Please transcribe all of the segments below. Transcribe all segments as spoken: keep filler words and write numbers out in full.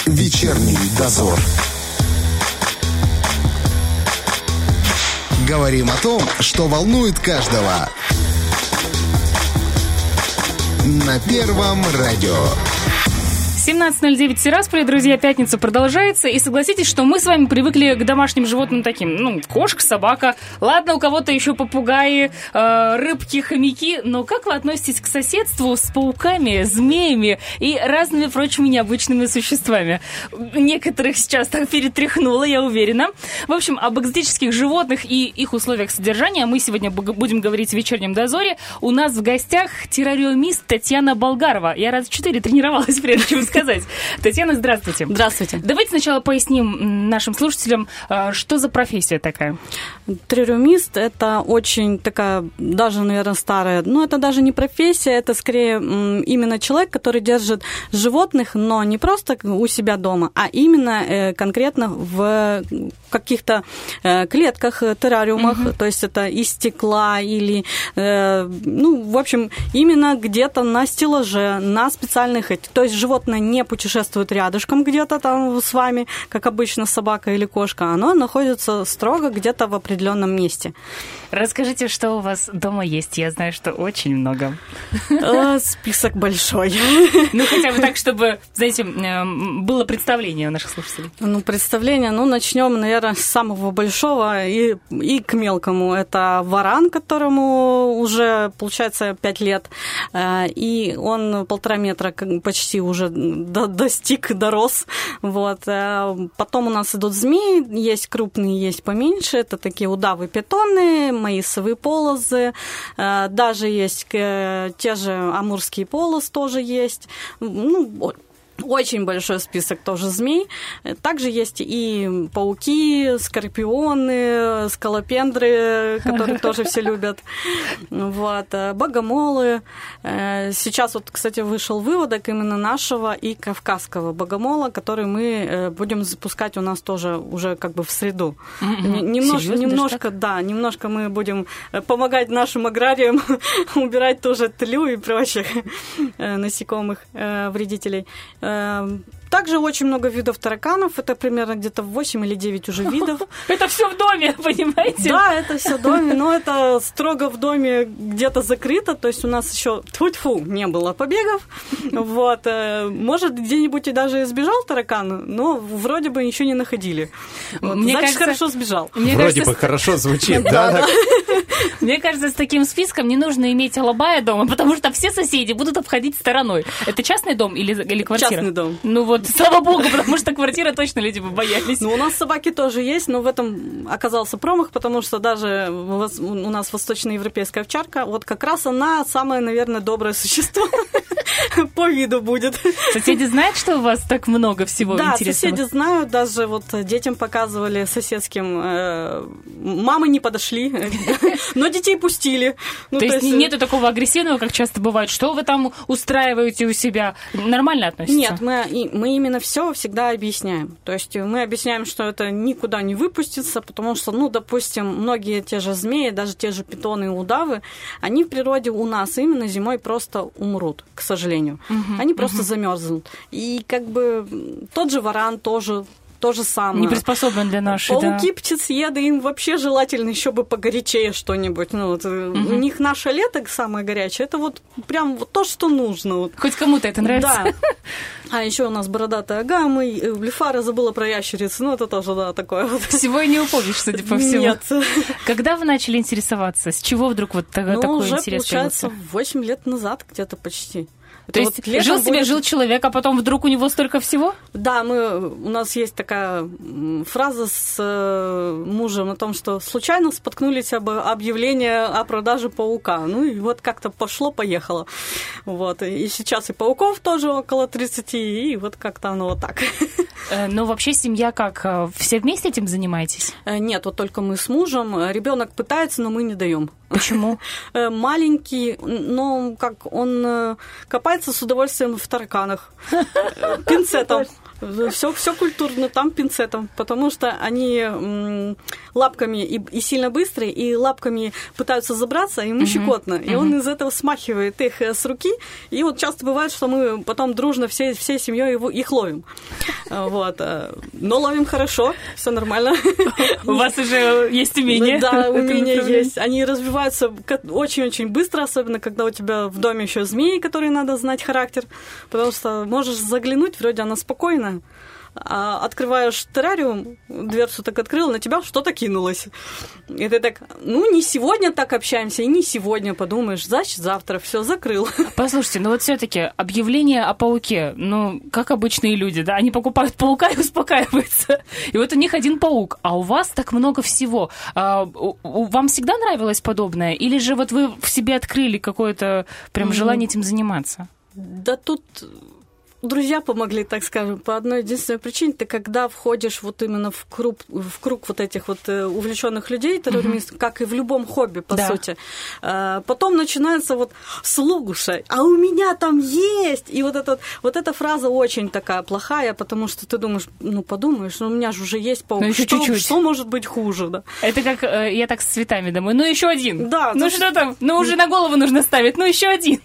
Вечерний дозор. Говорим о том, что волнует каждого. На Первом радио. семнадцать ноль девять Тирасполь, друзья, пятница продолжается. И согласитесь, что мы с вами привыкли к домашним животным таким. Ну, кошка, собака. Ладно, у кого-то еще попугаи, э, рыбки, хомяки. Но как вы относитесь к соседству с пауками, змеями и разными прочими необычными существами? Некоторых сейчас так перетряхнуло, я уверена. В общем, об экзотических животных и их условиях содержания мы сегодня будем говорить в вечернем дозоре. У нас в гостях террариумист Татьяна Болгарова. Я раз в четыре тренировалась, прежде чем сказать. Татьяна, здравствуйте. Здравствуйте. Давайте сначала поясним нашим слушателям, что за профессия такая. Террариумист – это очень такая, даже, наверное, старая, но это даже не профессия, это скорее именно человек, который держит животных, но не просто у себя дома, а именно конкретно в каких-то клетках, террариумах, угу. То есть это из стекла или, ну, в общем, именно где-то на стеллаже, на специальных, то есть животное не путешествует рядышком где-то там с вами, как обычно собака или кошка, оно находится строго где-то в определенном месте. Расскажите, что у вас дома есть? Я знаю, что очень много. Список большой. Ну, хотя бы так, чтобы, знаете, было представление у наших слушателей. Ну, представление, ну, начнем, наверное, с самого большого и, и к мелкому. Это варан, которому уже, получается, пять лет, и он полтора метра почти уже достиг, дорос. Вот. Потом у нас идут змеи, есть крупные, есть поменьше. Это такие удавы-питоны, маисовые полозы. Даже есть те же амурские полоз тоже есть. Ну, очень большой список тоже змей. Также есть и пауки, скорпионы, скалопендры, которые тоже все любят. Вот. Богомолы. Сейчас вот, кстати, вышел выводок именно нашего и кавказского богомола, который мы будем запускать у нас тоже уже как бы в среду. Mm-hmm. Немножко, немножко, да, немножко мы будем помогать нашим аграриям убирать тоже тлю и прочих насекомых, вредителей. Также очень много видов тараканов. Это примерно где-то восемь или девять уже видов. Это все в доме, понимаете? Да, это все в доме, но это строго в доме где-то закрыто. То есть у нас еще тьфу-тьфу, не было побегов. Вот. Может, где-нибудь и даже сбежал таракан, но вроде бы еще не находили. Вот. Мне Значит, кажется, хорошо сбежал. Мне Вроде кажется, бы с... хорошо звучит, да? Мне кажется, с таким списком не нужно иметь алабая дома, потому что все соседи будут обходить стороной. Это частный дом или, или квартира? Частный дом. Ну вот, слава богу, потому что квартира точно люди бы боялись. Ну, у нас собаки тоже есть, но в этом оказался промах, потому что даже у нас восточноевропейская овчарка, вот как раз она самое, наверное, доброе существо по виду будет. Соседи знают, что у вас так много всего да, интересного? Да, соседи знают, даже вот детям показывали соседским. Мамы не подошли, но детей пустили. Ну, то, то есть, есть нету такого агрессивного, как часто бывает, что вы там устраиваете у себя? Нормально относятся? Нет, мы, мы именно все всегда объясняем. То есть мы объясняем, что это никуда не выпустится, потому что, ну, допустим, многие те же змеи, даже те же питоны и удавы, они в природе у нас именно зимой просто умрут, к сожалению. Угу, они просто угу. замерзнут. И как бы тот же варан тоже... То же самое. Не приспособлен для нашей, Пауки, да. птицееды, им вообще желательно еще бы погорячее что-нибудь. Ну, вот, угу. У них наше лето самое горячее. Это вот прям вот то, что нужно. Вот. Хоть кому-то это нравится. Да. А еще у нас бородатая гамма, Блефара забыла про ящерицу. Ну, это тоже, да, такое вот. Всего и не упомнишь, судя по всему. Нет. Когда вы начали интересоваться? С чего вдруг вот такой интерес появился? Ну, уже, получается, восемь лет назад где-то почти. То есть вот жил себе, будет... жил человек, а потом вдруг у него столько всего? Да, мы, у нас есть такая фраза с мужем о том, что случайно споткнулись об объявление о продаже паука. Ну и вот как-то пошло-поехало. Вот. И сейчас и пауков тоже около тридцати, и вот как-то оно вот так. Но вообще семья как? Все вместе этим занимаетесь? Нет, вот только мы с мужем. Ребенок пытается, но мы не даем. Почему? Маленький, но как он копается с удовольствием в тараканах. Пинцетом. Все, все культурно, там пинцетом, потому что они м, лапками и, и сильно быстрые, и лапками пытаются забраться, ему uh-huh. щекотно, uh-huh. и он из этого смахивает их с руки, и вот часто бывает, что мы потом дружно всей, всей семьей его, их ловим. Вот. Но ловим хорошо, все нормально. У вас уже есть умение? Да, умение есть. Они развиваются очень-очень быстро, особенно когда у тебя в доме еще змеи, которые надо знать характер, потому что можешь заглянуть, вроде она спокойная, а открываешь террариум, дверцу так открыл, на тебя что-то кинулось. И ты так, ну, не сегодня так общаемся, и не сегодня подумаешь, значит, завтра все закрыл. Послушайте, ну вот все-таки объявление о пауке, ну, как обычные люди, да, они покупают паука и успокаиваются. И вот у них один паук, а у вас так много всего. А, у, у, вам всегда нравилось подобное? Или же вот вы в себе открыли какое-то прям желание этим заниматься? Да тут... Друзья помогли, так скажем, по одной единственной причине. Ты когда входишь вот именно в круг, в круг вот этих вот увлеченных людей, террористов, uh-huh. как и в любом хобби, по да. сути, потом начинается вот «слушай, а у меня там есть!» И вот, этот, вот эта фраза очень такая плохая, потому что ты думаешь, ну подумаешь, ну у меня же уже есть паук, ну, что, чуть-чуть. Что может быть хуже? Да? Это как, я так с цветами думаю, ну еще один. Да, ну что там, ну уже на голову нужно ставить, ну еще один.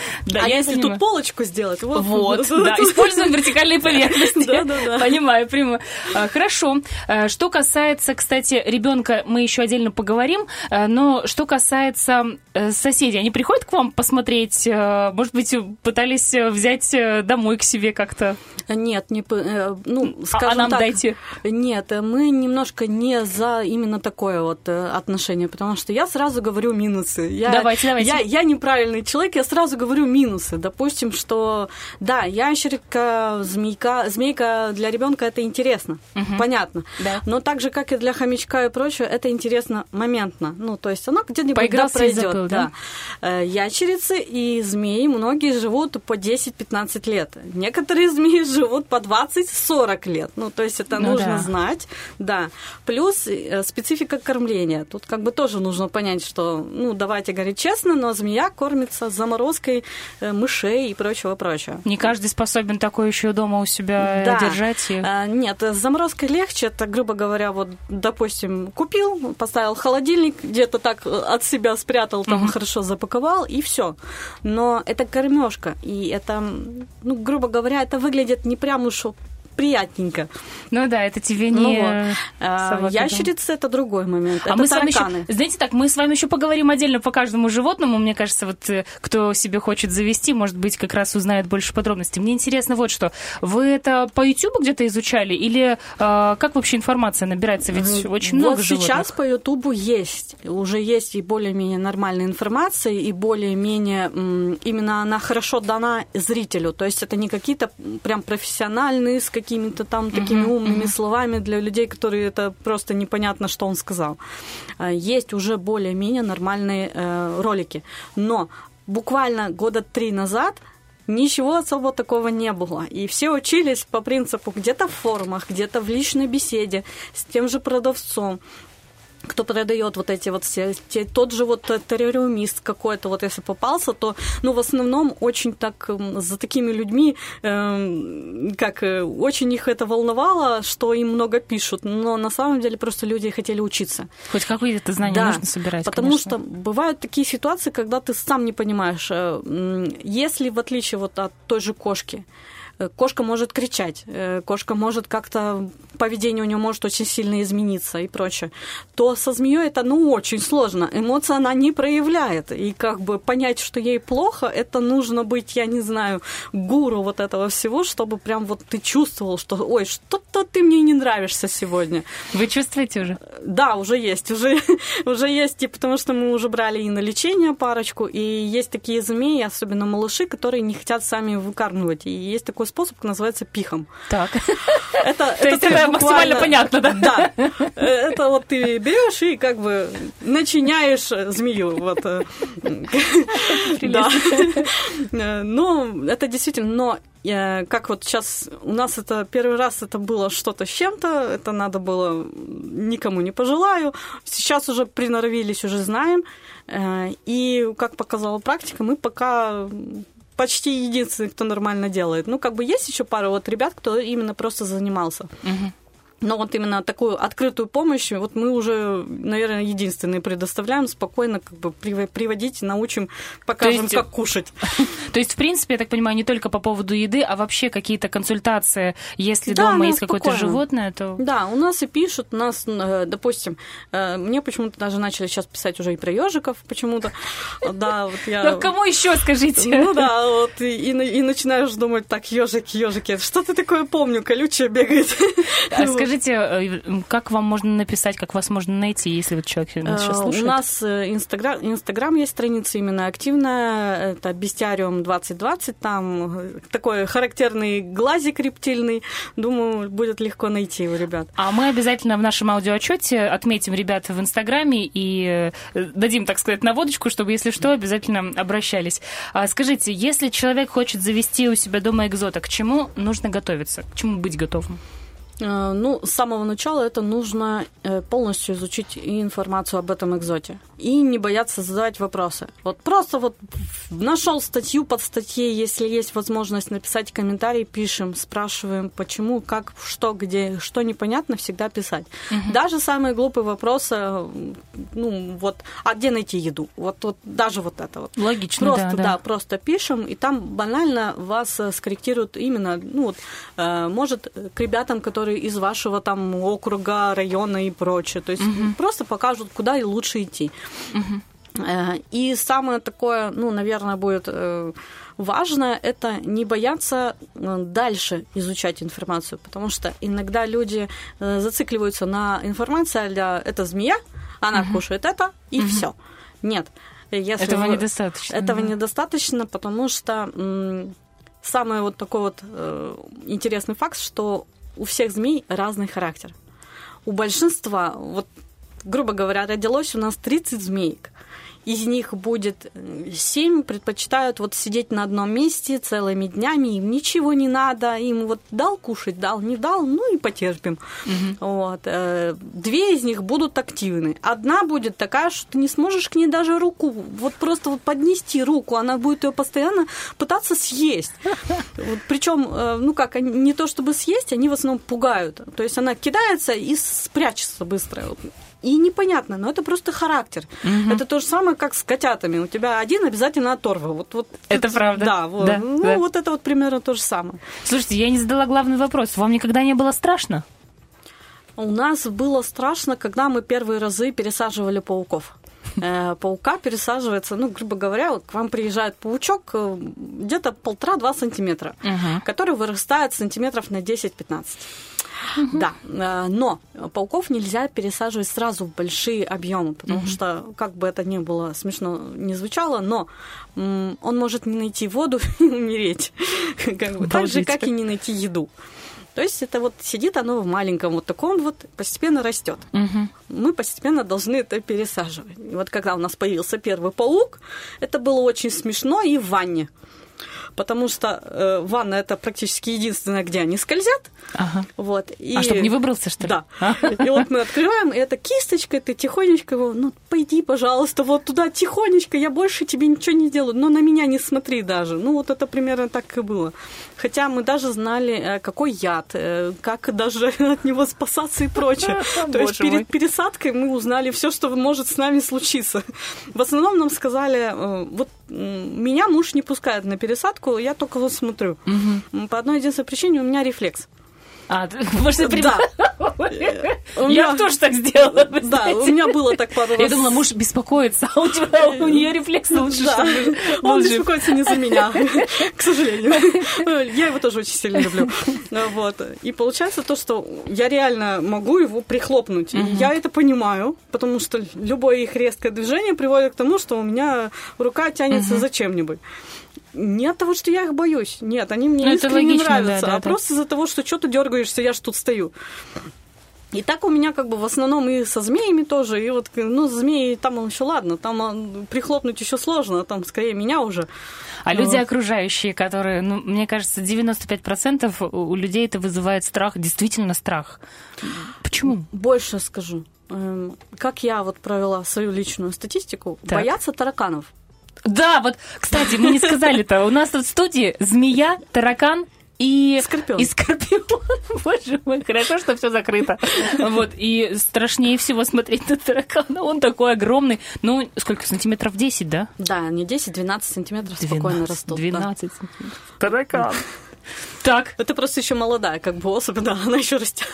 А если тут полочку сделать? Вот. Да, используем вертикальные поверхности. Да, да, да. Понимаю, прямо. Хорошо. Что касается, кстати, ребенка, мы еще отдельно поговорим, но что касается соседей, они приходят к вам посмотреть, может быть, пытались взять домой к себе как-то? Нет, не, ну, скажем а нам так, дайте. Нет, мы немножко не за именно такое вот отношение, потому что я сразу говорю минусы. Я, давайте, давайте. Я, я неправильный человек, я сразу говорю минусы. Допустим, что да, ящерка, змейка, змейка для ребенка это интересно, угу. понятно. Да. Но так же, как и для хомячка и прочее, это интересно моментно. Ну, то есть оно где-нибудь да, пройдет. Да. Да. Ящерицы и змеи многие живут по десять-пятнадцать лет. Некоторые змеи живут по двадцать-сорок лет. Ну, то есть это ну, нужно да. знать. Да. Плюс специфика кормления. Тут как бы тоже нужно понять, что, ну, давайте говорить честно, но змея кормится заморозкой мышей и прочего-прочего. Не каждый способен такое еще дома у себя да. держать? И... Нет, с заморозкой легче. Это, грубо говоря, вот, допустим, купил, поставил в холодильник, где-то так от себя спрятал, там uh-huh. хорошо запаковал, и все. Но это кормежка, и это, ну, грубо говоря, это выглядит не прям уж приятненько. Ну да, это тебе не... Ну, вот. Ящерицы – это другой момент. А это мы с вами тараканы. еще, знаете так, мы с вами еще поговорим отдельно по каждому животному. Мне кажется, вот кто себе хочет завести, может быть, как раз узнает больше подробностей. Мне интересно вот что. Вы это по YouTube где-то изучали? Или э, как вообще информация набирается? Ведь очень много вот животных. Сейчас по YouTube есть. Уже есть и более-менее нормальная информация, и более-менее м, именно она хорошо дана зрителю. То есть это не какие-то прям профессиональные, с какими-то там такими uh-huh, умными uh-huh. словами для людей, которые это просто непонятно, что он сказал. Есть уже более-менее нормальные э, ролики. Но буквально года три назад ничего особо такого не было. И все учились по принципу где-то в форумах, где-то в личной беседе с тем же продавцом, кто продает вот эти вот все, те, тот же вот террариумист какой-то, вот если попался, то, ну, в основном очень так, за такими людьми, э, как, очень их это волновало, что им много пишут, но на самом деле просто люди хотели учиться. Хоть какие-то знания да, нужно собирать, потому конечно. что бывают такие ситуации, когда ты сам не понимаешь, если в отличие вот от той же кошки, кошка может кричать, кошка может как-то, поведение у нее может очень сильно измениться и прочее, то со змеей это, ну, очень сложно. Эмоции она не проявляет. И как бы понять, что ей плохо, это нужно быть, я не знаю, гуру вот этого всего, чтобы прям вот ты чувствовал, что, ой, что-то ты мне не нравишься сегодня. Вы чувствуете уже? Да, уже есть. Уже, уже есть, и потому что мы уже брали и на лечение парочку, и есть такие змеи, особенно малыши, которые не хотят сами выкармливать. И есть такой способ, называется пихом. Так. Это, То есть это максимально понятно, да? Да. Это вот ты берешь и как бы начиняешь змею. Вот. Да. Ну, это действительно, но как вот сейчас у нас это первый раз это было что-то с чем-то, это надо было, никому не пожелаю. Сейчас уже приноровились, уже знаем. И, как показала практика, мы пока почти единственный, кто нормально делает. Ну, как бы есть еще пара вот ребят, кто именно просто занимался. Угу. Но вот именно такую открытую помощь вот мы уже, наверное, единственные предоставляем, спокойно как бы приводить, научим, покажем, есть, как кушать. То есть, в принципе, я так понимаю, не только по поводу еды, а вообще какие-то консультации, если да, дома есть какое-то животное, то... Да, у нас и пишут, у нас, допустим, мне почему-то даже начали сейчас писать уже и про ежиков почему-то. Да, вот я... Ну, кому еще скажите? Ну да, вот, и, и, и начинаешь думать, так, ежики, ежики, что-то такое помню, колючее бегает. Скажите, как вам можно написать, как вас можно найти, если вот человек сейчас слушает? У нас Инстаграм, Инстаграм есть страница именно активная, это Бестиариум двадцать двадцать, там такой характерный глазик рептильный, думаю, будет легко найти у ребят. А мы обязательно в нашем аудиоотчете отметим ребят в Инстаграме и дадим, так сказать, наводочку, чтобы, если что, обязательно обращались. Скажите, если человек хочет завести у себя дома экзота, к чему нужно готовиться, к чему быть готовым? Ну, с самого начала это нужно полностью изучить информацию об этом экзоте и не бояться задавать вопросы. Вот просто вот нашел статью под статьей, если есть возможность написать комментарий, пишем, спрашиваем, почему, как, что, где, что непонятно, всегда писать. Угу. Даже самые глупые вопросы, ну, вот, а где найти еду? Вот, вот даже вот это вот. Логично, просто, да, да. Да, просто пишем, и там банально вас скорректируют именно, ну, вот, может, к ребятам, которые из вашего там округа, района и прочее. То есть угу. просто покажут, куда и лучше идти. Угу. И самое такое, ну, наверное, будет важно, это не бояться дальше изучать информацию, потому что иногда люди зацикливаются на информации, а это змея, она угу. кушает это, и угу. все. Нет. Если этого вы... недостаточно. Этого да. недостаточно, потому что м- самый вот такой вот э, интересный факт, что у всех змей разный характер. У большинства, вот, грубо говоря, родилось у нас тридцать змеек. Из них будет семь предпочитают вот сидеть на одном месте целыми днями, им ничего не надо, им вот дал кушать, дал, не дал, ну и потерпим. Угу. Вот. Две из них будут активны. Одна будет такая, что ты не сможешь к ней даже руку, вот просто вот поднести руку, она будет ее постоянно пытаться съесть. Вот, причем, ну как, не то чтобы съесть, они в основном пугают. То есть она кидается и спрячется быстро. И непонятно, но это просто характер. Угу. Это то же самое, как с котятами. У тебя один обязательно оторва. Вот, вот, это правда. Да, вот. Да, ну, да. вот это вот примерно то же самое. Слушайте, я не задала главный вопрос. Вам никогда не было страшно? У нас было страшно, когда мы первые разы пересаживали пауков. Паука пересаживается, ну, грубо говоря, к вам приезжает паучок где-то полтора-два сантиметра, угу. который вырастает сантиметров на десять-пятнадцать. Угу. Да, но пауков нельзя пересаживать сразу в большие объемы, потому угу. что, как бы это ни было смешно не звучало, но он может не найти воду и умереть, как бы, так же, как и не найти еду. То есть это вот сидит оно в маленьком вот таком вот, постепенно растет. Угу. Мы постепенно должны это пересаживать. И вот когда у нас появился первый паук, это было очень смешно и в ванне. Потому что э, ванна – это практически единственное, где они скользят. Ага. Вот, и... А чтобы не выбрался, что ли? Да. И вот мы открываем, и это кисточка, ты тихонечко его, ну, пойди, пожалуйста, вот туда тихонечко, я больше тебе ничего не делаю, но на меня не смотри даже. Ну, вот это примерно так и было. Хотя мы даже знали, какой яд, как даже от него спасаться и прочее. То есть перед пересадкой мы узнали все, что может с нами случиться. В основном нам сказали, вот меня муж не пускает на пересадку, я только вот смотрю. Угу. По одной единственной причине у меня рефлекс. А, может, да. Я бы тоже так сделала. Да, у меня было так пару раз. Я думала, муж беспокоится, а у тебя у нее рефлекс лучше. Он беспокоится не за меня, к сожалению. Я его тоже очень сильно люблю. Вот. И получается то, что я реально могу его прихлопнуть. И я это понимаю, потому что любое их резкое движение приводит к тому, что у меня рука тянется за чем-нибудь. Не от того, что я их боюсь. Нет, они мне искренне не нравятся, да, да, а да. просто из-за того, что что ты дергаешься, я ж тут стою. И так у меня как бы в основном и со змеями тоже. И вот, ну, змеи там еще ладно, там прихлопнуть еще сложно, там скорее меня уже. А люди окружающие, которые, ну, мне кажется, девяносто пять процентов у людей это вызывает страх, действительно страх. Почему? Больше скажу. Как я вот провела свою личную статистику, так. боятся тараканов. Да, вот, кстати, мы не сказали-то, у нас тут в студии змея, таракан и Скорпион. И скорпион. Боже мой, хорошо, что все закрыто. Вот, и страшнее всего смотреть на таракана. Он такой огромный. Ну, сколько, сантиметров десять, да? Да, не десять-двенадцать сантиметров спокойно растут. двенадцать сантиметров. Таракан. Так. Это просто еще молодая, как бы особо, да, она еще растет.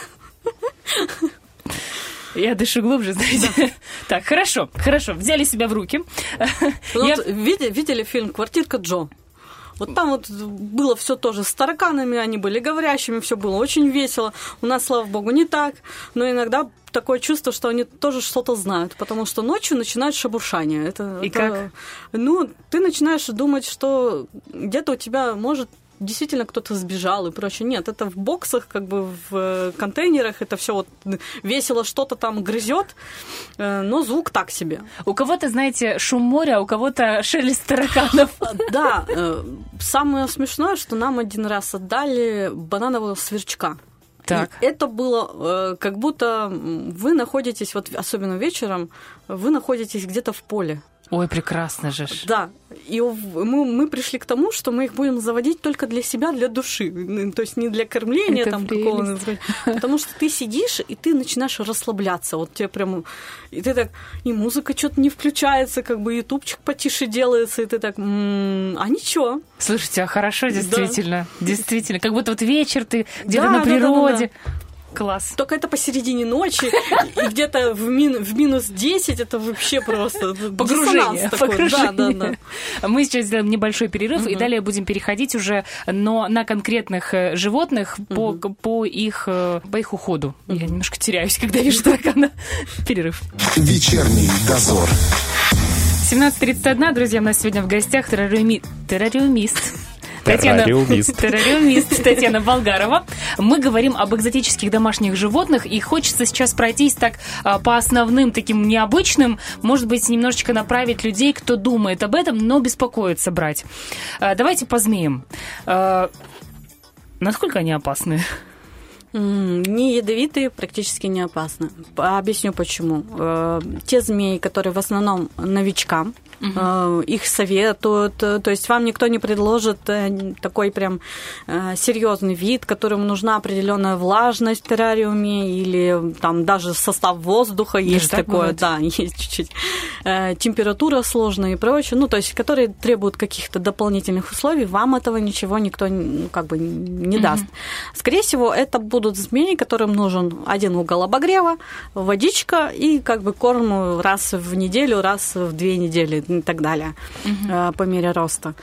Я дышу глубже, знаете. Да. Так, хорошо, хорошо, взяли себя в руки. Ну, Я... вот, видели, видели фильм «Квартирка Джо»? Вот там вот было все тоже с тараканами, они были говорящими, все было очень весело. У нас, слава богу, не так, но иногда такое чувство, что они тоже что-то знают, потому что ночью начинают шебуршание. Это, И это, как? Ну, ты начинаешь думать, что где-то у тебя может действительно кто-то сбежал и прочее. Нет, это в боксах, как бы в контейнерах, это все вот весело что-то там грызет, но звук так себе. У кого-то, знаете, шум моря, а у кого-то шелест тараканов. Да, самое смешное, что нам один раз отдали бананового сверчка. Так. И это было как будто вы находитесь, вот особенно вечером, вы находитесь где-то в поле. Ой, прекрасно же. Да. И мы, мы пришли к тому, что мы их будем заводить только для себя, для души. То есть не для кормления там какого-то. Потому что ты сидишь, и ты начинаешь расслабляться. Вот тебе прям... И ты так... И музыка что-то не включается, как бы ютубчик потише делается, и ты так... М-м, а ничего. Слушайте, а хорошо, действительно. Да. Действительно. Как будто вот вечер ты где-то да, на природе. Да, да, да. Класс. Только это посередине ночи, и где-то в, мин, в минус десять, это вообще просто погружение. погружение. Да, да, да. Мы сейчас сделаем небольшой перерыв, угу. и далее будем переходить уже но на конкретных животных угу. по, по, их, по их уходу. Угу. Я немножко теряюсь, когда вижу таракана. Перерыв. Вечерний дозор. семнадцать тридцать один, друзья, у нас сегодня в гостях террариуми... террариумист. Татьяна, террариумист Татьяна Болгарова. Мы говорим об экзотических домашних животных, и хочется сейчас пройтись так по основным, таким необычным, может быть, немножечко направить людей, кто думает об этом, но беспокоится брать. Давайте по змеям. Насколько они опасны? Не ядовитые, практически не опасны. Объясню почему. Те змеи, которые в основном новичкам, Uh-huh. их советуют, то есть вам никто не предложит такой прям серьезный вид, которому нужна определенная влажность в террариуме или там даже состав воздуха есть, есть такое, бывает? Да, есть чуть-чуть, температура сложная и прочее, ну то есть которые требуют каких-то дополнительных условий, вам этого ничего никто ну, как бы не uh-huh. даст. Скорее всего, это будут змеи, которым нужен один угол обогрева, водичка и как бы корм раз в неделю, раз в две недели и так далее, uh-huh. по мере роста.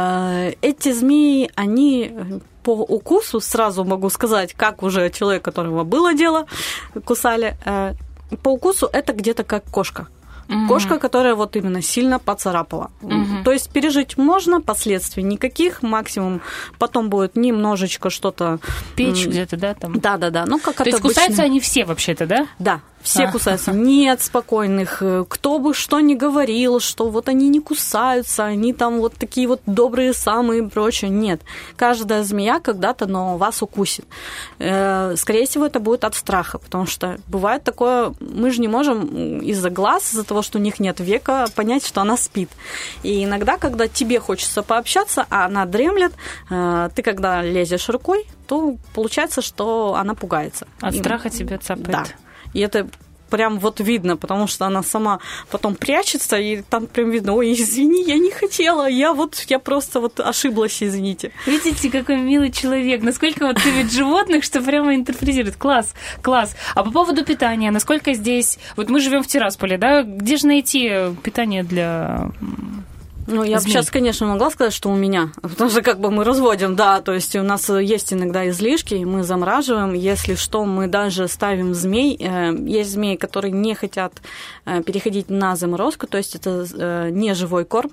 Эти змеи, они по укусу, сразу могу сказать, как уже человек, которого было дело, кусали, по укусу это где-то как кошка. Uh-huh. Кошка, которая вот именно сильно поцарапала. Uh-huh. То есть пережить можно, последствий никаких, максимум потом будет немножечко что-то... Печь м- где-то, да? Там? Да-да-да. Ну, как То есть обычно... кусаются они все вообще-то, да? Да. Все А. кусаются. Нет спокойных. Кто бы что ни говорил, что вот они не кусаются, они там вот такие вот добрые самые и прочее. Нет. Каждая змея когда-то, но вас укусит. Скорее всего, это будет от страха, потому что бывает такое, мы же не можем из-за глаз, из-за того, что у них нет века, понять, что она спит. И иногда, когда тебе хочется пообщаться, а она дремлет, ты когда лезешь рукой, то получается, что она пугается. От и... страха тебя цапает. Да. И это прям вот видно, потому что она сама потом прячется, и там прям видно, ой, извини, я не хотела, я вот, я просто вот ошиблась, извините. Видите, какой милый человек, насколько вот любит животных, что прямо интерпретирует. Класс, класс. А по поводу питания, насколько здесь, вот мы живем в Тирасполе, да, где же найти питание для... Ну, я бы сейчас, конечно, могла сказать, что у меня, потому что как бы мы разводим, да, то есть у нас есть иногда излишки, мы замораживаем, если что, мы даже ставим змей, есть змеи, которые не хотят переходить на заморозку, то есть это не живой корм,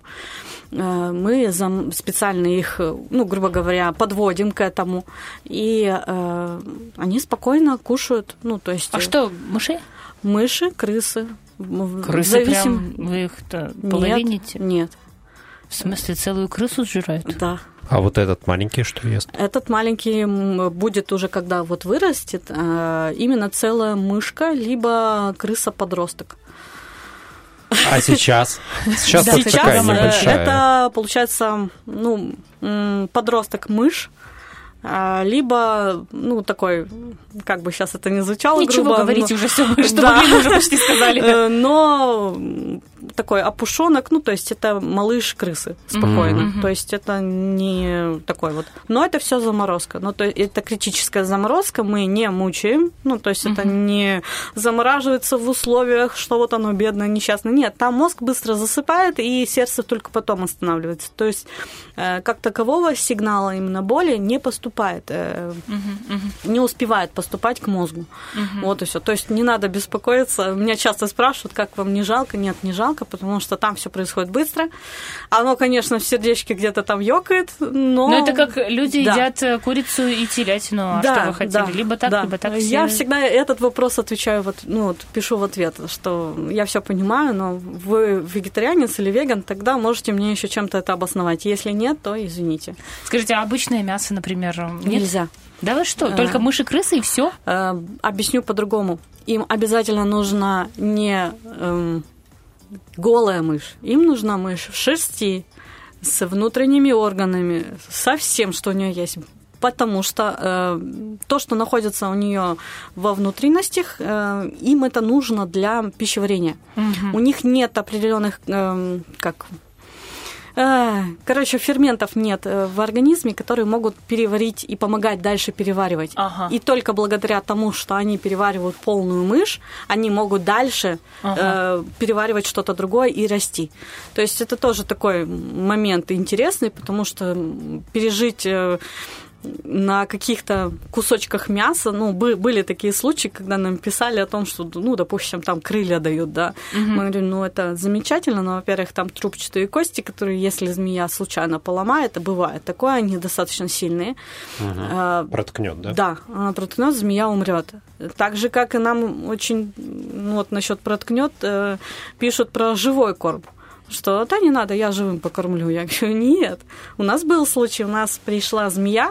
мы специально их, ну, грубо говоря, подводим к этому, и они спокойно кушают, ну, то есть... А что, мыши? Мыши, крысы. Крысы Зависим... прям, вы их-то половините? Нет, нет. В смысле, целую крысу сжирают? Да. А вот этот маленький что ест? Этот маленький будет уже, когда вот вырастет, именно целая мышка, либо крыса-подросток. А сейчас? Сейчас вот Сейчас такая э, небольшая. это, получается, ну, м, подросток-мышь, а, либо, ну, такой, как бы сейчас это не звучало Ничего грубо. говорить но- уже все, что Да. мы уже почти сказали. Э, Но такой опушонок, ну, то есть это малыш крысы, спокойно. Мгм. То есть это не такой вот. Но это все заморозка. Ну, то есть это критическая заморозка, мы не мучаем. Ну, то есть это не замораживается в условиях, что вот оно бедное, несчастное. Нет, там мозг быстро засыпает, и сердце только потом останавливается. То есть э, как такового сигнала именно боли не поступает, э, Мгм, мгм, не успевает поступать к мозгу. мгм. Вот и все. То есть не надо беспокоиться. Меня часто спрашивают, как вам не жалко? Нет, не жалко, потому что там все происходит быстро. Оно, конечно, в сердечке где-то там ёкает, но... Но это как люди Да. едят э, курицу и телятину, а Да, что вы хотели? да, Либо так, да. либо так. Я все- всегда этот вопрос отвечаю, вот, ну, вот, пишу в ответ, что я все понимаю, но вы вегетарианец или веган, тогда можете мне еще чем-то это обосновать. Если нет, то извините. Скажите, а обычное мясо, например, нет? Нельзя. Да вы что? А. Только мыши, крысы и все? Э, объясню по-другому. Им обязательно нужна не эм, голая мышь, им нужна мышь в шерсти, с внутренними органами, со всем, что у нее есть. Потому что э, то, что находится у нее во внутренностях, э, им это нужно для пищеварения. Мгм. У них нет определенных, э, как э, короче, ферментов нет э, в организме, которые могут переварить и помогать дальше переваривать. Ага. И только благодаря тому, что они переваривают полную мышь, они могут дальше Ага. э, переваривать что-то другое и расти. То есть это тоже такой момент интересный, потому что пережить э, на каких-то кусочках мяса, ну, бы- были такие случаи, когда нам писали о том, что, ну, допустим, там крылья дают, да. Мы говорим, ну, это замечательно, но, во-первых, там трубчатые кости, которые, если змея случайно поломает, это бывает такое, они достаточно сильные. А, Проткнет, да? Да, она проткнет, змея умрет. Так же, как и нам очень, ну, вот насчет проткнет, э, пишут про живой корм. Что, да, не надо, я живым покормлю. Я говорю, нет. У нас был случай, у нас пришла змея,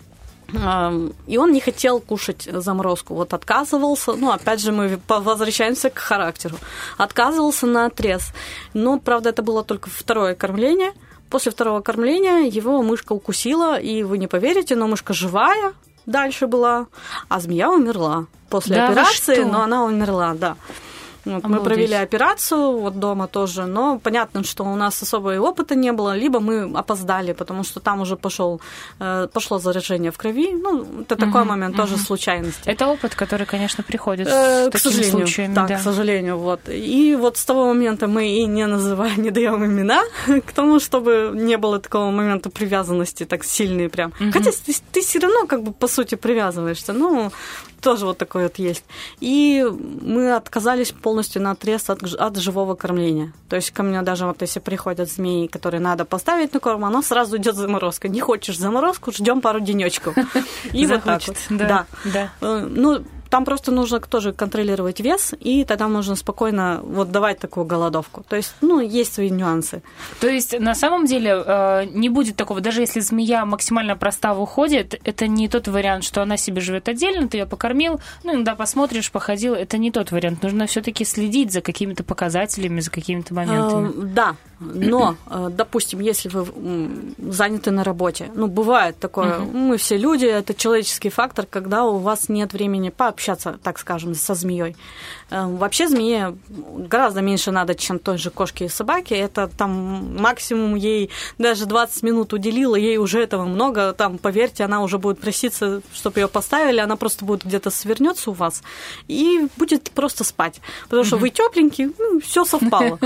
э, и он не хотел кушать заморозку. Вот отказывался, ну, опять же, мы по- возвращаемся к характеру. Отказывался наотрез. Но, правда, это было только второе кормление. После второго кормления его мышка укусила, и вы не поверите, но мышка живая дальше была, а змея умерла после Да вы операции, что? но она умерла, да. Вот, мы Обалдеть. провели операцию вот дома тоже, но понятно, что у нас особо и опыта не было, либо мы опоздали, потому что там уже пошел, э, пошло заражение в крови. Ну, это такой Мгм, момент, тоже мгм. случайности. Это опыт, который, конечно, приходит Э, с к такими сожалению, случаями. да, да. к сожалению, вот. И вот с того момента мы и не называем, не даем имена к тому, чтобы не было такого момента привязанности так сильной прям. Мгм. Хотя ты, ты все равно как бы по сути привязываешься, ну, тоже вот такой вот есть. И мы отказались полностью наотрез от, от живого кормления. То есть ко мне даже вот если приходят змеи, которые надо поставить на корм, оно сразу идет заморозка. Не хочешь заморозку, ждем пару денечков. И вот так Захочет, вот. да, да. Э, Ну, там просто нужно тоже контролировать вес, и тогда можно спокойно вот давать такую голодовку. То есть, ну, есть свои нюансы. То есть, на самом деле, э, не будет такого, даже если змея максимально проста в уходе, это не тот вариант, что она себе живет отдельно, ты ее покормил, ну, иногда посмотришь, походил, это не тот вариант. Нужно все-таки следить за какими-то показателями, за какими-то моментами. Э, Да, но, э, допустим, если вы м, заняты на работе, ну, бывает такое, мы все люди, это человеческий фактор, когда у вас нет времени пообщаться, так скажем, со змеей. Э, Вообще змее гораздо меньше надо, чем той же кошке и собаке. Это там максимум ей даже двадцать минут уделила, ей уже этого много. Там, поверьте, она уже будет проситься, чтобы ее поставили, она просто будет где-то свернется у вас и будет просто спать. Потому что вы тепленький, ну, все совпало.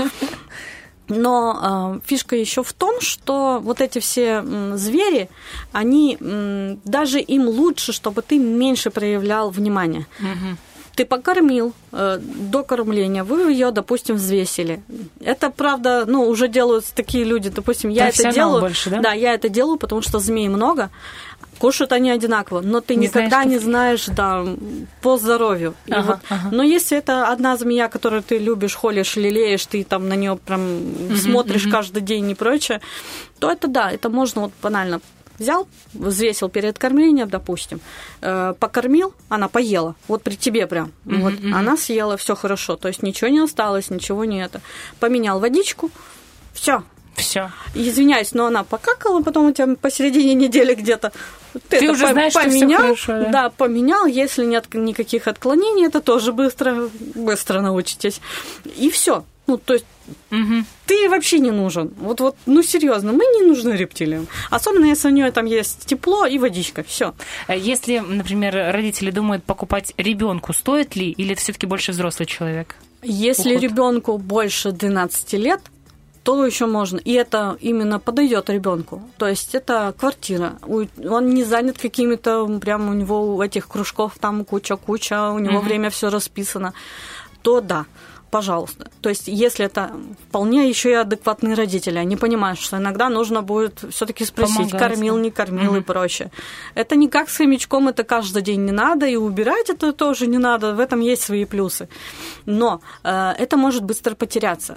Но э, фишка еще в том, что вот эти все м, звери, они м, даже им лучше, чтобы ты меньше проявлял внимания. Мгм. Ты покормил э, до кормления, вы ее, допустим, взвесили. Это правда, ну, уже делают такие люди, допустим, я это Профессионал делаю. больше, да? Да, я это делаю, потому что змей много. Кушают они одинаково, но ты Не никогда знаешь, не как- знаешь, да, по здоровью. И Ага, вот- ага. Но если это одна змея, которую ты любишь, холишь, лелеешь, ты там на нее прям смотришь мгм. каждый день и прочее, то это да, это можно вот банально взял, взвесил перед кормлением, допустим, э, покормил, она поела, вот при тебе прям, mm-hmm, вот, mm-hmm. она съела, все хорошо, то есть ничего не осталось, ничего не это. Поменял водичку, все. Все. Извиняюсь, но она покакала, потом у тебя посередине недели где-то. Ты, ты уже по- знаешь, поменял, что всё хорошо, да? Да, поменял, если нет никаких отклонений, это тоже быстро, быстро научитесь. И все. Ну, то есть угу. ты вообще не нужен. Вот, вот, ну, серьезно, мы не нужны рептилиям. Особенно, если у нее там есть тепло и водичка. Все. Если, например, родители думают покупать ребенку, стоит ли, или это все-таки больше взрослый человек? Если ребенку больше двенадцати лет, то еще можно. И это именно подойдет ребенку. То есть это квартира. Он не занят какими-то, прям у него этих кружков там куча-куча, у него угу. время все расписано. То да, пожалуйста. То есть если это вполне еще и адекватные родители, они понимают, что иногда нужно будет все-таки спросить, помогать, кормил, не кормил угу. и прочее. Это не как с хомячком, это каждый день не надо, и убирать это тоже не надо. В этом есть свои плюсы. Но э, это может быстро потеряться.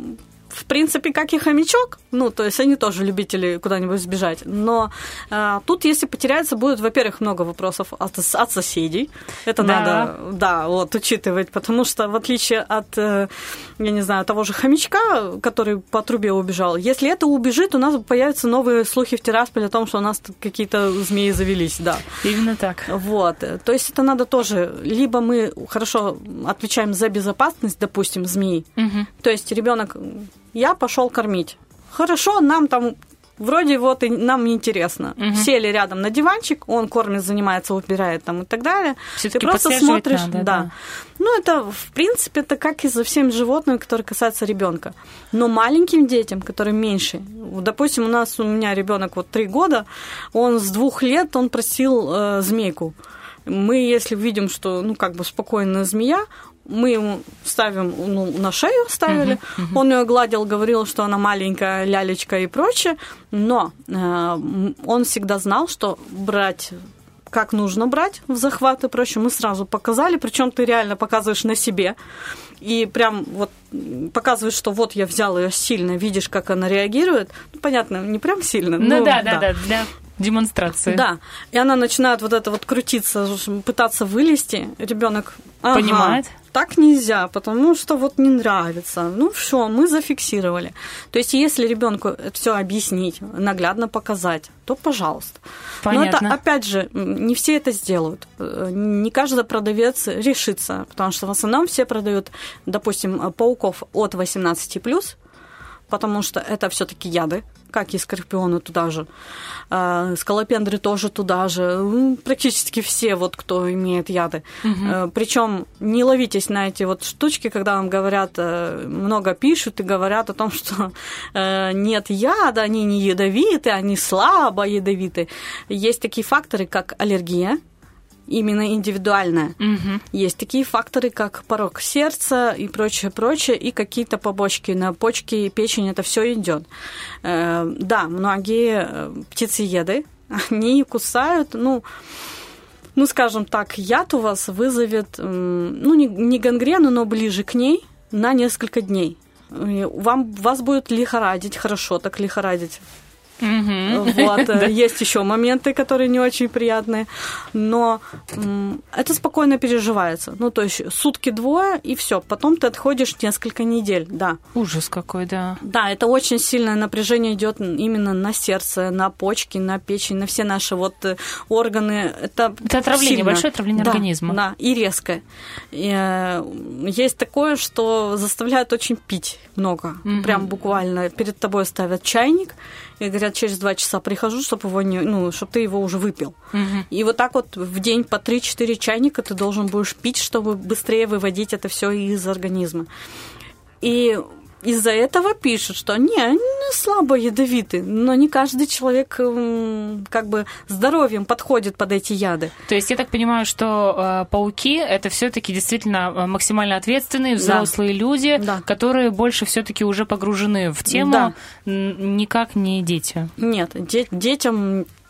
В принципе, как и хомячок, ну, то есть они тоже любители куда-нибудь сбежать. Но а, тут, если потеряется, будет, во-первых, много вопросов от, от соседей. Это да. надо, да, вот, учитывать, потому что, в отличие от, я не знаю, того же хомячка, который по трубе убежал, если это убежит, у нас появятся новые слухи в Тирасполе о том, что у нас тут какие-то змеи завелись, да. Именно так. Вот, то есть это надо тоже, либо мы хорошо отвечаем за безопасность, допустим, змей, угу. то есть ребенок... Я пошел кормить. Хорошо, нам там вроде вот и нам неинтересно. Угу. Сели рядом на диванчик, он кормит, занимается, убирает там и так далее. Всё-таки ты просто смотришь, надо, да. да. Ну, это, в принципе, это как и за всеми животными, которые касаются ребенка. Но маленьким детям, которые меньше, допустим, у нас, у меня ребенок вот три года, он с двух лет, он просил э, змейку. Мы, если видим, что, ну, как бы спокойная змея, мы ему ставим, ну, на шею ставили, uh-huh, uh-huh. он ее гладил, говорил, что она маленькая, лялечка и прочее, но э, он всегда знал, что брать, как нужно брать в захват и прочее, мы сразу показали, причем ты реально показываешь на себе, и прям вот показываешь, что вот я взял ее сильно, видишь, как она реагирует, ну, понятно, не прям сильно. Ну, да, да, да, для демонстрации. Да, и она начинает вот это вот крутиться, пытаться вылезти, ребенок ага, понимает. Так нельзя, потому что вот не нравится. Ну все, мы зафиксировали. То есть, если ребенку это все объяснить, наглядно показать, то пожалуйста. Понятно. Но это, опять же, не все это сделают. Не каждый продавец решится, потому что в основном все продают, допустим, пауков от восемнадцати плюс, потому что это все-таки яды, как и скорпионы туда же, скалопендры тоже туда же, практически все, вот, кто имеет яды. Угу. Причем не ловитесь на эти вот штучки, когда вам говорят, много пишут и говорят о том, что нет яда, они не ядовиты, они слабо ядовиты. Есть такие факторы, как аллергия, именно индивидуальная. Угу. Есть такие факторы, как порок сердца и прочее, прочее, и какие-то побочки на почки и печень, это все идет. Да, многие птицееды, они кусают, ну, ну, скажем так, яд у вас вызовет, ну, не, не гангрену, но ближе к ней на несколько дней. Вам, вас будет лихорадить, хорошо так лихорадить. Mm-hmm. Вот. Есть еще моменты, которые не очень приятные, но это спокойно переживается. Ну, то есть сутки двое, и все. Потом ты отходишь несколько недель, да. Ужас какой, да. Да, это очень сильное напряжение идет именно на сердце, на почки, на печень, на все наши вот органы. Это, это отравление, сильно. Большое отравление да, организма. Да, и резкое. И, есть такое, что заставляют очень пить много. Mm-hmm. Прям буквально перед тобой ставят чайник, и говорят, через два часа прихожу, чтобы его не, ну, чтобы ты его уже выпил. Угу. И вот так вот в день по три-четыре чайника ты должен будешь пить, чтобы быстрее выводить это все из организма. И из-за этого пишут, что не, они слабо ядовиты, но не каждый человек как бы здоровьем подходит под эти яды. То есть я так понимаю, что э, пауки это все-таки действительно максимально ответственные взрослые да. люди, да. которые больше все-таки уже погружены в тему, да. никак не дети. Нет, де- детям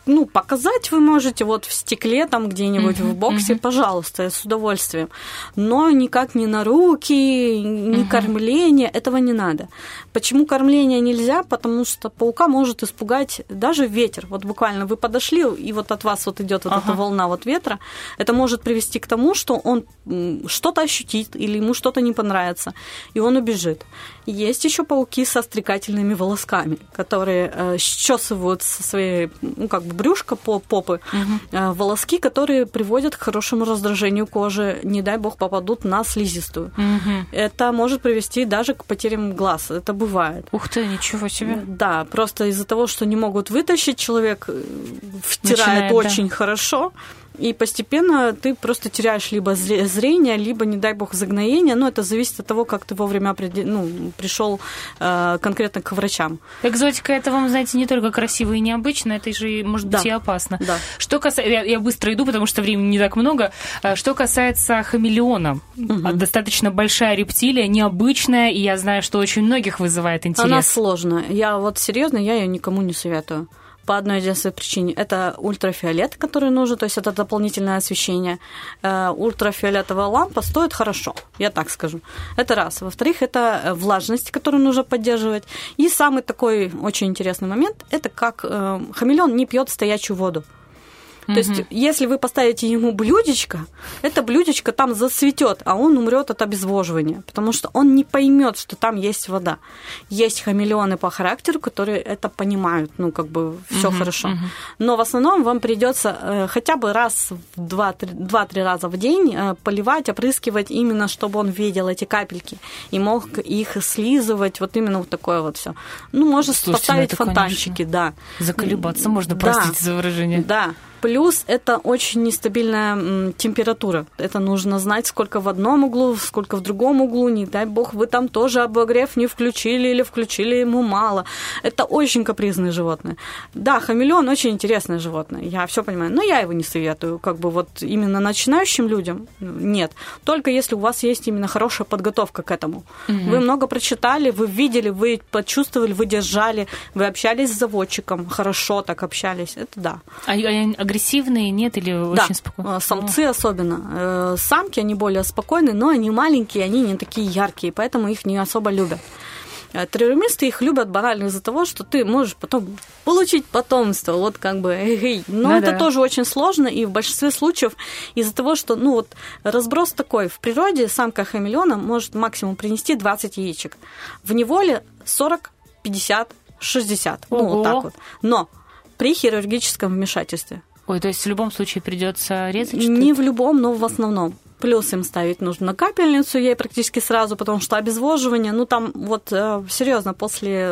ну, показать вы можете вот в стекле там где-нибудь uh-huh, в боксе, uh-huh. пожалуйста, с удовольствием. Но никак не на руки, не uh-huh. кормление, этого не надо. Почему кормление нельзя? Потому что паука может испугать даже ветер. Вот буквально вы подошли, и вот от вас вот идет вот uh-huh. эта волна вот ветра. Это может привести к тому, что он что-то ощутит или ему что-то не понравится, и он убежит. Есть еще пауки со стрекательными волосками, которые э, счесывают со своей, ну, как бы брюшка по попы, угу. э, волоски, которые приводят к хорошему раздражению кожи, не дай бог попадут на слизистую. Угу. Это может привести даже к потерям глаз. Это бывает. Ух ты, ничего себе. Да, просто из-за того, что не могут вытащить, человек втирает Начинает, очень да. хорошо. И постепенно ты просто теряешь либо зрение, либо, не дай бог, загноение. Но это зависит от того, как ты вовремя ну, пришел э, конкретно к врачам. Экзотика, это вам, знаете, не только красиво и необычно, это же может быть да. и опасно. Да. Что касается... Я, я быстро иду, потому что времени не так много. Что касается хамелеона, угу. достаточно большая рептилия, необычная, и я знаю, что очень многих вызывает интерес. Она сложная. Я вот серьезно, я ее никому не советую. По одной единственной причине. Это ультрафиолет, который нужен, то есть это дополнительное освещение. Ультрафиолетовая лампа стоит хорошо, я так скажу. Это раз. Во-вторых, это влажность, которую нужно поддерживать. И самый такой очень интересный момент, это как хамелеон не пьет стоячую воду. То mm-hmm. есть, если вы поставите ему блюдечко, это блюдечко там зацветет, а он умрет от обезвоживания, потому что он не поймет, что там есть вода. Есть хамелеоны по характеру, которые это понимают, ну, как бы все mm-hmm. хорошо. Mm-hmm. Но в основном вам придется э, хотя бы раз в два-три раза в день э, поливать, опрыскивать, именно чтобы он видел эти капельки и мог их слизывать, вот именно вот такое вот все. Ну, можно Слушайте, поставить ну фонтанчики, конечно. Да. Заколебаться можно, простите да. за выражение. Да. Плюс это очень нестабильная температура. Это нужно знать, сколько в одном углу, сколько в другом углу. Не дай бог, вы там тоже обогрев не включили или включили ему мало. Это очень капризные животные. Да, хамелеон очень интересное животное, я все понимаю, но я его не советую. Как бы вот именно начинающим людям нет. Только если у вас есть именно хорошая подготовка к этому. Угу. Вы много прочитали, вы видели, вы почувствовали, вы держали, вы общались с заводчиком, хорошо так общались. Это да. А агрессивные, нет, или да, очень спокойные? Самцы О. особенно. Самки, они более спокойные, но они маленькие, они не такие яркие, поэтому их не особо любят. Террористы их любят банально из-за того, что ты можешь потом получить потомство, вот как бы, эй, но ну, это да. тоже очень сложно, и в большинстве случаев из-за того, что, ну вот, разброс такой, в природе самка хамелеона может максимум принести двадцать яичек, в неволе сорок, пятьдесят, шестьдесят, Ого. Ну вот так вот, но при хирургическом вмешательстве. Ой, то есть в любом случае придется резать? Не в любом, но в основном. Плюс им ставить нужно капельницу ей практически сразу, потому что обезвоживание, ну там вот серьезно, после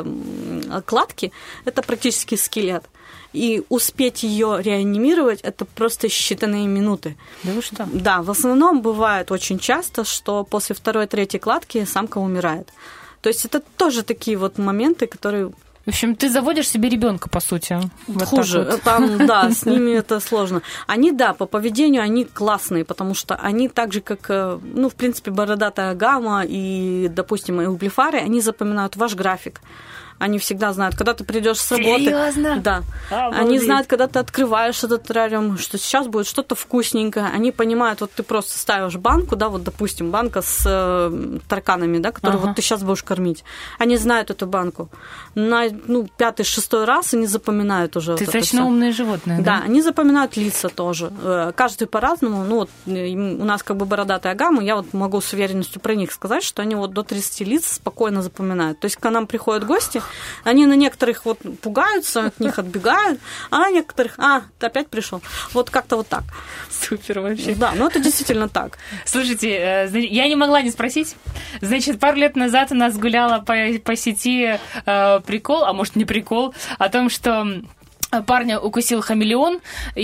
кладки это практически скелет. И успеть ее реанимировать это просто считанные минуты. Да вы что? Да, в основном бывает очень часто, что после второй-третьей кладки самка умирает. То есть это тоже такие вот моменты, которые... В общем, ты заводишь себе ребенка, по сути. Вот хуже. Вот. Там, да, с ними это сложно. Они, да, по поведению они классные, потому что они так же, как, ну, в принципе, бородатая гамма и, допустим, и углефары, они запоминают ваш график. Они всегда знают, когда ты придешь с работы. Серьезно? Да. Обалдеть. Они знают, когда ты открываешь этот террариум, что сейчас будет что-то вкусненькое. Они понимают, вот ты просто ставишь банку, да, вот, допустим, банка с э, тараканами, да, которую ага. вот ты сейчас будешь кормить. Они знают эту банку. На, ну, пятый, шестой раз они запоминают уже. Ты вот достаточно умные животные, да? Да, они запоминают лица тоже. Каждый по-разному. Ну, вот у нас как бы бородатая гамма, я вот могу с уверенностью про них сказать, что они вот до тридцати лиц спокойно запоминают. То есть, к нам приходят гости, они на некоторых вот пугаются, от них отбегают, а на некоторых, а, ты опять пришел. Вот как-то вот так. Супер вообще. Да, ну это действительно так. Слушайте, я не могла не спросить. Значит, пару лет назад у нас гуляла по, по сети э, прикол, а может не прикол, о том, что парня укусил хамелеон,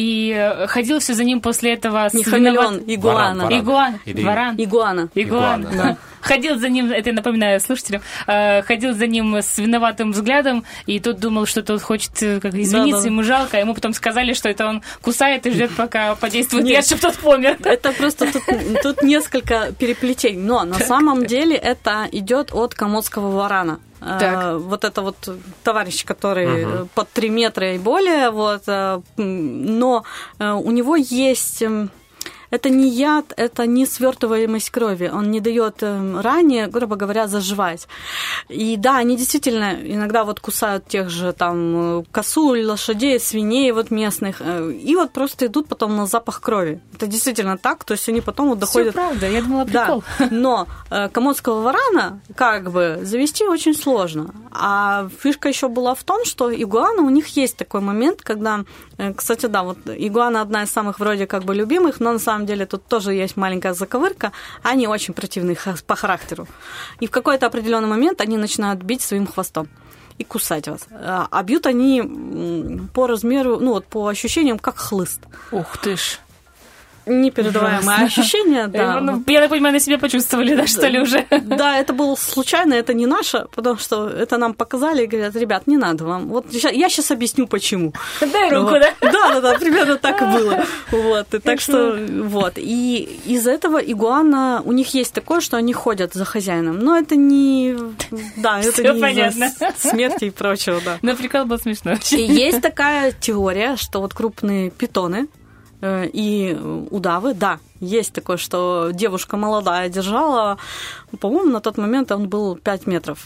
и ходил все за ним после этого... Не хамелеон, игуана. Игуана. Варан. Игуана. Игуана, да. ходил за ним, это я напоминаю слушателям, э, ходил за ним с виноватым взглядом, и тот думал, что тот хочет как, извиниться, да, да. ему жалко, а ему потом сказали, что это он кусает и ждет, пока подействует яд, чтобы тот помер. Это просто тут, тут несколько переплетений, но на так, самом так. деле это идет от комодского варана. Так. Вот это вот товарищ, который угу. под три метра и более, вот, но у него есть... Это не яд, это не свертываемость крови. Он не дает ране, грубо говоря, заживать. И да, они действительно иногда вот кусают тех же там косуль, лошадей, свиней вот местных, и вот просто идут потом на запах крови. Это действительно так, то есть они потом вот доходят... Всё правда, я думала, прикол. Да, но комодского варана как бы завести очень сложно. А фишка еще была в том, что игуана, у них есть такой момент, когда... Кстати, да, вот игуана одна из самых вроде как бы любимых, но на самом деле тут тоже есть маленькая заковырка. Они очень противные по характеру. И в какой-то определенный момент они начинают бить своим хвостом и кусать вас. А бьют они по размеру, ну вот по ощущениям, как хлыст. Ух ты ж. Непередаваемое ощущение, да. Ну, я так понимаю, на себе почувствовали, да, что ли, уже? Да, это было случайно, это не наше, потому что это нам показали и говорят, ребят, не надо вам. Вот я сейчас объясню, почему. Дай руку, вот. да? Да, да, да, примерно так и было. Вот, и так что, вот. И из-за этого игуана, у них есть такое, что они ходят за хозяином, но это не... Да, это Всё не понятно. из-за смерти и прочего, да. Но прикол был смешной. И есть такая теория, что вот крупные питоны и удавы, да, есть такое, что девушка молодая держала, по-моему, на тот момент он был пять метров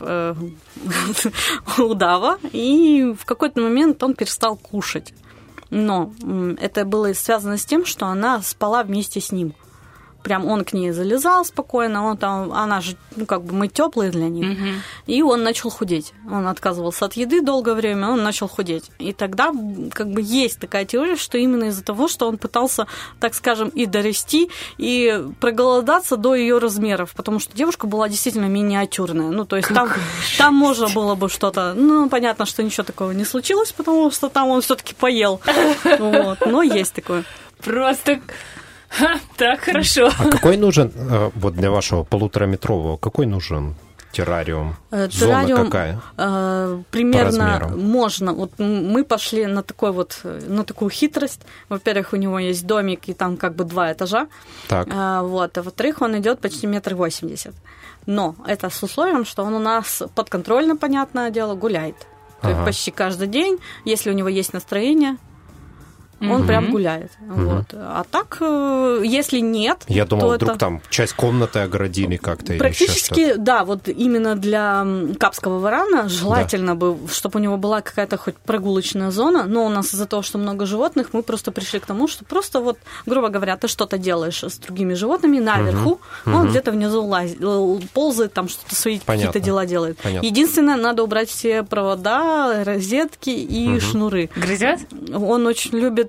удава, и в какой-то момент он перестал кушать. Но это было связано с тем, что она спала вместе с ним. Прям он к ней залезал спокойно, он там, она же, ну, как бы мы теплые для них. Mm-hmm. И он начал худеть. Он отказывался от еды долгое время, он начал худеть. И тогда как бы есть такая теория, что именно из-за того, что он пытался, так скажем, и дорасти, и проголодаться до ее размеров, потому что девушка была действительно миниатюрная. Ну, то есть там, там можно было бы что-то... Ну, понятно, что ничего такого не случилось, потому что там он все-таки поел. Вот. Но есть такое. Просто... Ха, так, хорошо. А какой нужен, вот для вашего полутораметрового, какой нужен террариум? Террариум, зона какая? Э, примерно можно. Вот мы пошли на такой вот, на такую хитрость. Во-первых, у него есть домик, и там как бы два этажа. Так. А, вот. А во-вторых, он идет почти метр восемьдесят. Но это с условием, что он у нас подконтрольно, понятное дело, гуляет. То есть ага. почти каждый день, если у него есть настроение, он mm-hmm. прям гуляет. Mm-hmm. Вот. А так, если нет... Я думал, то вдруг это... там часть комнаты оградили как-то. Практически, или еще да, вот именно для капского варана желательно да. бы, чтобы у него была какая-то хоть прогулочная зона, но у нас из-за того, что много животных, мы просто пришли к тому, что просто вот, грубо говоря, ты что-то делаешь с другими животными наверху, mm-hmm. он mm-hmm. где-то внизу лазит, ползает, там что-то свои Понятно. какие-то дела делает. Понятно. Единственное, надо убрать все провода, розетки и mm-hmm. шнуры. Грызет? Он очень любит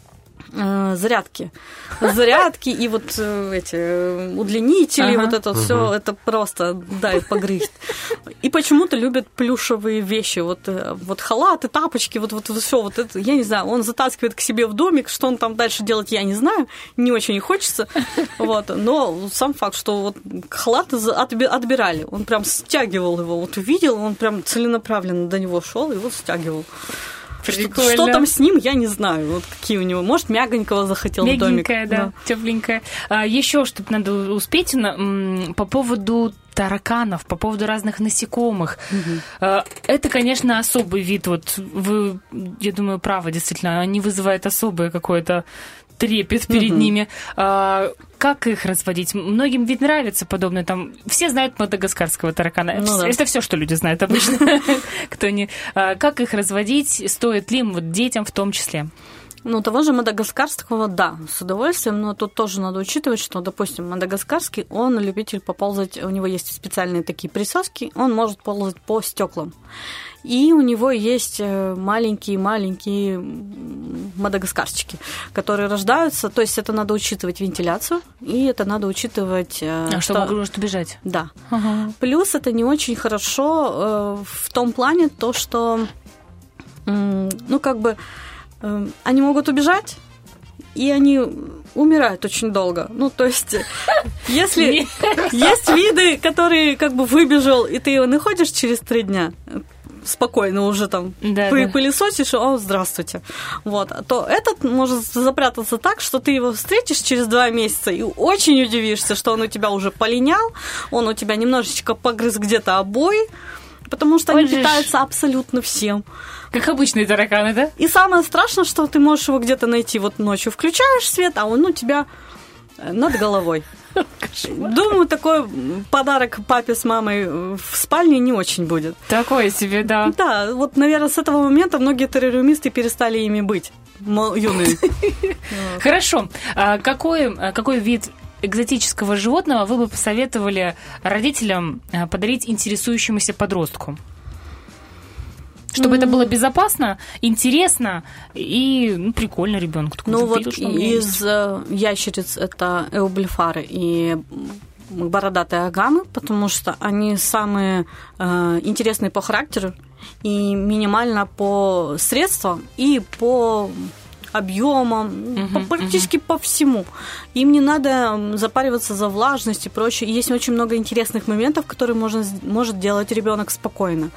зарядки. Зарядки и вот эти удлинители, ага. вот это угу. все, это просто дай погрызть. И почему-то любят плюшевые вещи, вот, вот халаты, тапочки, вот, вот все, вот это, я не знаю, он затаскивает к себе в домик, что он там дальше делать, я не знаю, не очень хочется, вот, но сам факт, что вот халаты отбирали, он прям стягивал его, вот увидел, он прям целенаправленно до него шел и вот стягивал. Что, что там с ним, я не знаю. Вот какие у него. Может, мягонького захотел в домик. Мягенькая, да, да. тепленькая. А, еще что-то надо успеть на, по поводу тараканов, по поводу разных насекомых. Угу. А, это, конечно, особый вид. Вот вы, я думаю, правы, действительно. Они вызывают особое какое-то трепет перед mm-hmm. ними. А, как их разводить? Многим ведь нравится подобное. Там все знают мадагаскарского таракана. Ну, да. Это все, что люди знают обычно. Кто не. А, как их разводить? Стоит ли им, вот детям в том числе? Ну, того же мадагаскарского, да, с удовольствием, но тут тоже надо учитывать, что, допустим, мадагаскарский, он любитель поползать, у него есть специальные такие присоски, он может ползать по стеклам. И у него есть маленькие-маленькие мадагаскарчики, которые рождаются. То есть это надо учитывать вентиляцию, и это надо учитывать... А что может убежать? Да. Ага. Плюс это не очень хорошо в том плане, то, что, ну, как бы, они могут убежать, и они умирают очень долго. Ну, то есть Если есть виды, которые как бы выбежал, и ты его находишь через три дня, спокойно уже там да, пы- да. пылесосишь, о, здравствуйте. Вот. То этот может запрятаться так, что ты его встретишь через два месяца и очень удивишься, что он у тебя уже полинял, он у тебя немножечко погрыз где-то обои, потому что Он они же ж- питаются абсолютно всем. Как обычные тараканы, да? И самое страшное, что ты можешь его где-то найти. Вот ночью включаешь свет, а он у тебя над головой. Думаю, такой подарок папе с мамой в спальне не очень будет. Такое себе, да. Да, вот, наверное, с этого момента многие террариумисты перестали ими быть, мо- юные. Хорошо. А какой, а какой вид экзотического животного вы бы посоветовали родителям а, подарить интересующемуся подростку? Чтобы это было безопасно, интересно и ну, прикольно ребенку. Ну вот из э, ящериц это эублифары и бородатые агамы, потому что они самые э, интересные по характеру и минимально по средствам и по объемам, uh-huh, по, практически uh-huh. по всему. Им не надо запариваться за влажность и прочее. Есть очень много интересных моментов, которые можно, может делать ребенок спокойно.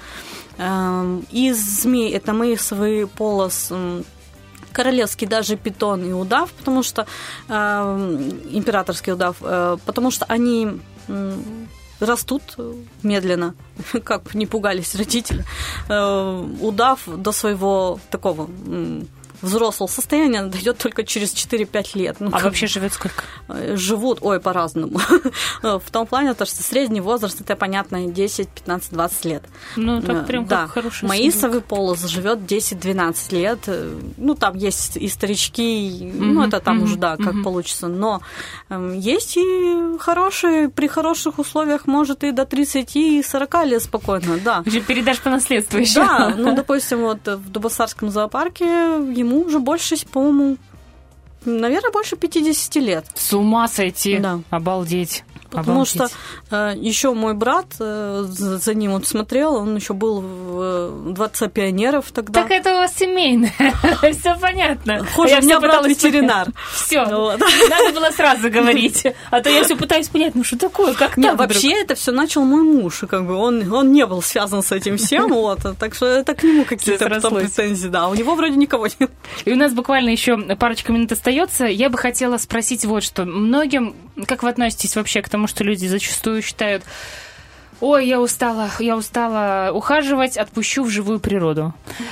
Из змей это мейсовый полос, королевский даже питон и удав, потому что э, императорский удав, э, потому что они э, растут медленно, как не пугались родители. Э, удав до своего такого э, взрослого состояния дойдет только через четыре-пять лет. Ну, а вообще живет сколько? Живут, ой, по-разному. В том плане, что средний возраст, это, понятно, десять, пятнадцать, двадцать лет. Ну, так прям да. как хороший Маисовый полос живет десять-двенадцать лет. Ну, там есть и старички, mm-hmm. ну, это там mm-hmm. уже, да, как mm-hmm. получится. Но э, есть и хорошие, при хороших условиях, может, и до тридцати-сорока лет спокойно, да. Уже передашь по наследству еще. Да, ну, допустим, вот в Дубосарском зоопарке ему Ему уже больше, по-моему, наверное, больше пятидесяти лет. С ума сойти. Да. Обалдеть. Потому Обалдеть. что э, еще мой брат э, за, за ним он смотрел, он еще был в Дворце пионеров тогда. Так это у вас семейное. Все понятно. Хуже, у меня брат ветеринар. Все. Надо было сразу говорить. А то я все пытаюсь понять, ну что такое, как Нет, так вообще вдруг? Это все начал мой муж, и как бы он, он не был связан с этим всем, вот, так что это к нему какие-то потом претензии, да, у него вроде никого нет. И у нас буквально еще парочка минут остается. Я бы хотела спросить вот что. Многим, как вы относитесь вообще к тому, что люди зачастую считают: ой, я устала, я устала ухаживать, отпущу в живую природу.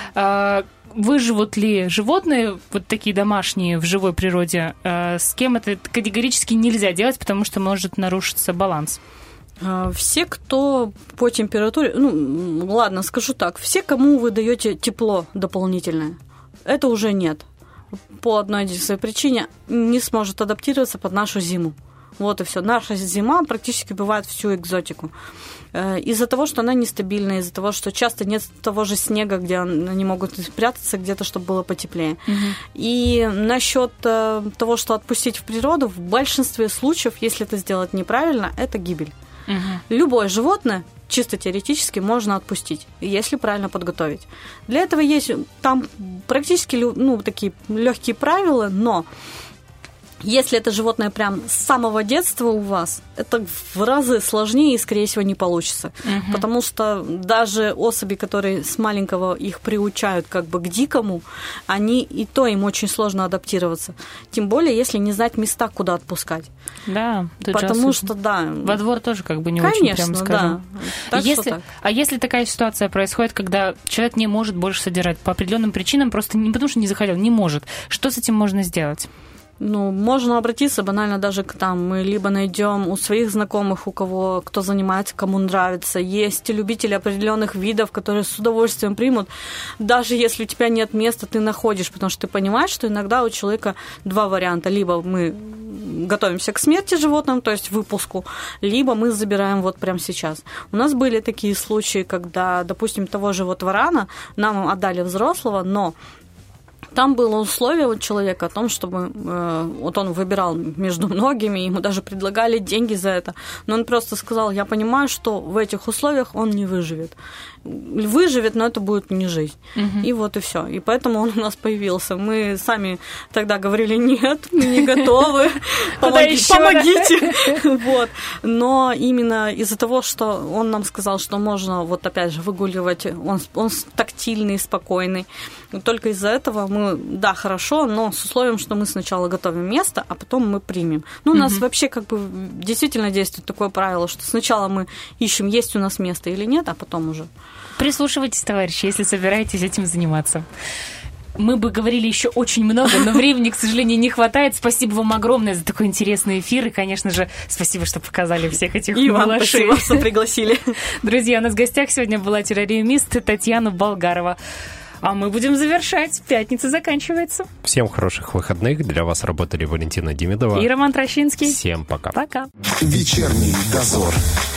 Выживут ли животные, вот такие домашние, в живой природе? С кем это категорически нельзя делать, потому что может нарушиться баланс? Все, кто по температуре, ну, ладно, скажу так, все, кому вы даете тепло дополнительное, это уже нет. По одной единственной причине не сможет адаптироваться под нашу зиму. Вот и все. Наша зима практически бывает всю экзотику. Из-за того, что она нестабильная, из-за того, что часто нет того же снега, где они могут спрятаться где-то, чтобы было потеплее. Угу. И насчет того, что отпустить в природу, в большинстве случаев, если это сделать неправильно, это гибель. Угу. Любое животное чисто теоретически можно отпустить, если правильно подготовить. Для этого есть там практически ну, такие легкие правила, но если это животное прям с самого детства у вас, это в разы сложнее и, скорее всего, не получится. Угу. Потому что даже особи, которые с маленького их приучают как бы к дикому, они и то им очень сложно адаптироваться. Тем более, если не знать места, куда отпускать. Да, потому что, да. Во двор тоже как бы не Конечно, очень, прямо скажем. Да. Так если, так. А если такая ситуация происходит, когда человек не может больше содержать по определенным причинам, просто не потому что не захотел, не может, что с этим можно сделать? Ну, можно обратиться банально даже к там. Мы либо найдем у своих знакомых, у кого, кто занимается, кому нравится. Есть любители определенных видов, которые с удовольствием примут. Даже если у тебя нет места, ты находишь, потому что ты понимаешь, что иногда у человека два варианта. Либо мы готовимся к смерти животным, то есть выпуску, либо мы забираем вот прямо сейчас. У нас были такие случаи, когда, допустим, того же вот варана нам отдали взрослого, но Там было условие у человека о том, чтобы э, вот он выбирал между многими, ему даже предлагали деньги за это, но он просто сказал: я понимаю, что в этих условиях он не выживет. Выживет, но это будет не жизнь. Угу. И вот и все. И поэтому он у нас появился. Мы сами тогда говорили: нет, мы не готовы, помогите. Вот. Но именно из-за того, что он нам сказал, что можно вот опять же выгуливать, он, он тактильный, спокойный, только из-за этого мы, да, хорошо, но с условием, что мы сначала готовим место, а потом мы примем. Ну, у нас угу. вообще как бы действительно действует такое правило, что сначала мы ищем, есть у нас место или нет, а потом уже. Прислушивайтесь, товарищи, если собираетесь этим заниматься. Мы бы говорили еще очень много, но времени, к сожалению, не хватает. Спасибо вам огромное за такой интересный эфир. И, конечно же, спасибо, что показали всех этих и малышей. И вам спасибо, что пригласили. Друзья, у нас в гостях сегодня была террариумист Татьяна Болгарова. А мы будем завершать. Пятница заканчивается. Всем хороших выходных. Для вас работали Валентина Демидова и Роман Трощинский. Всем пока. Пока. Вечерний дозор.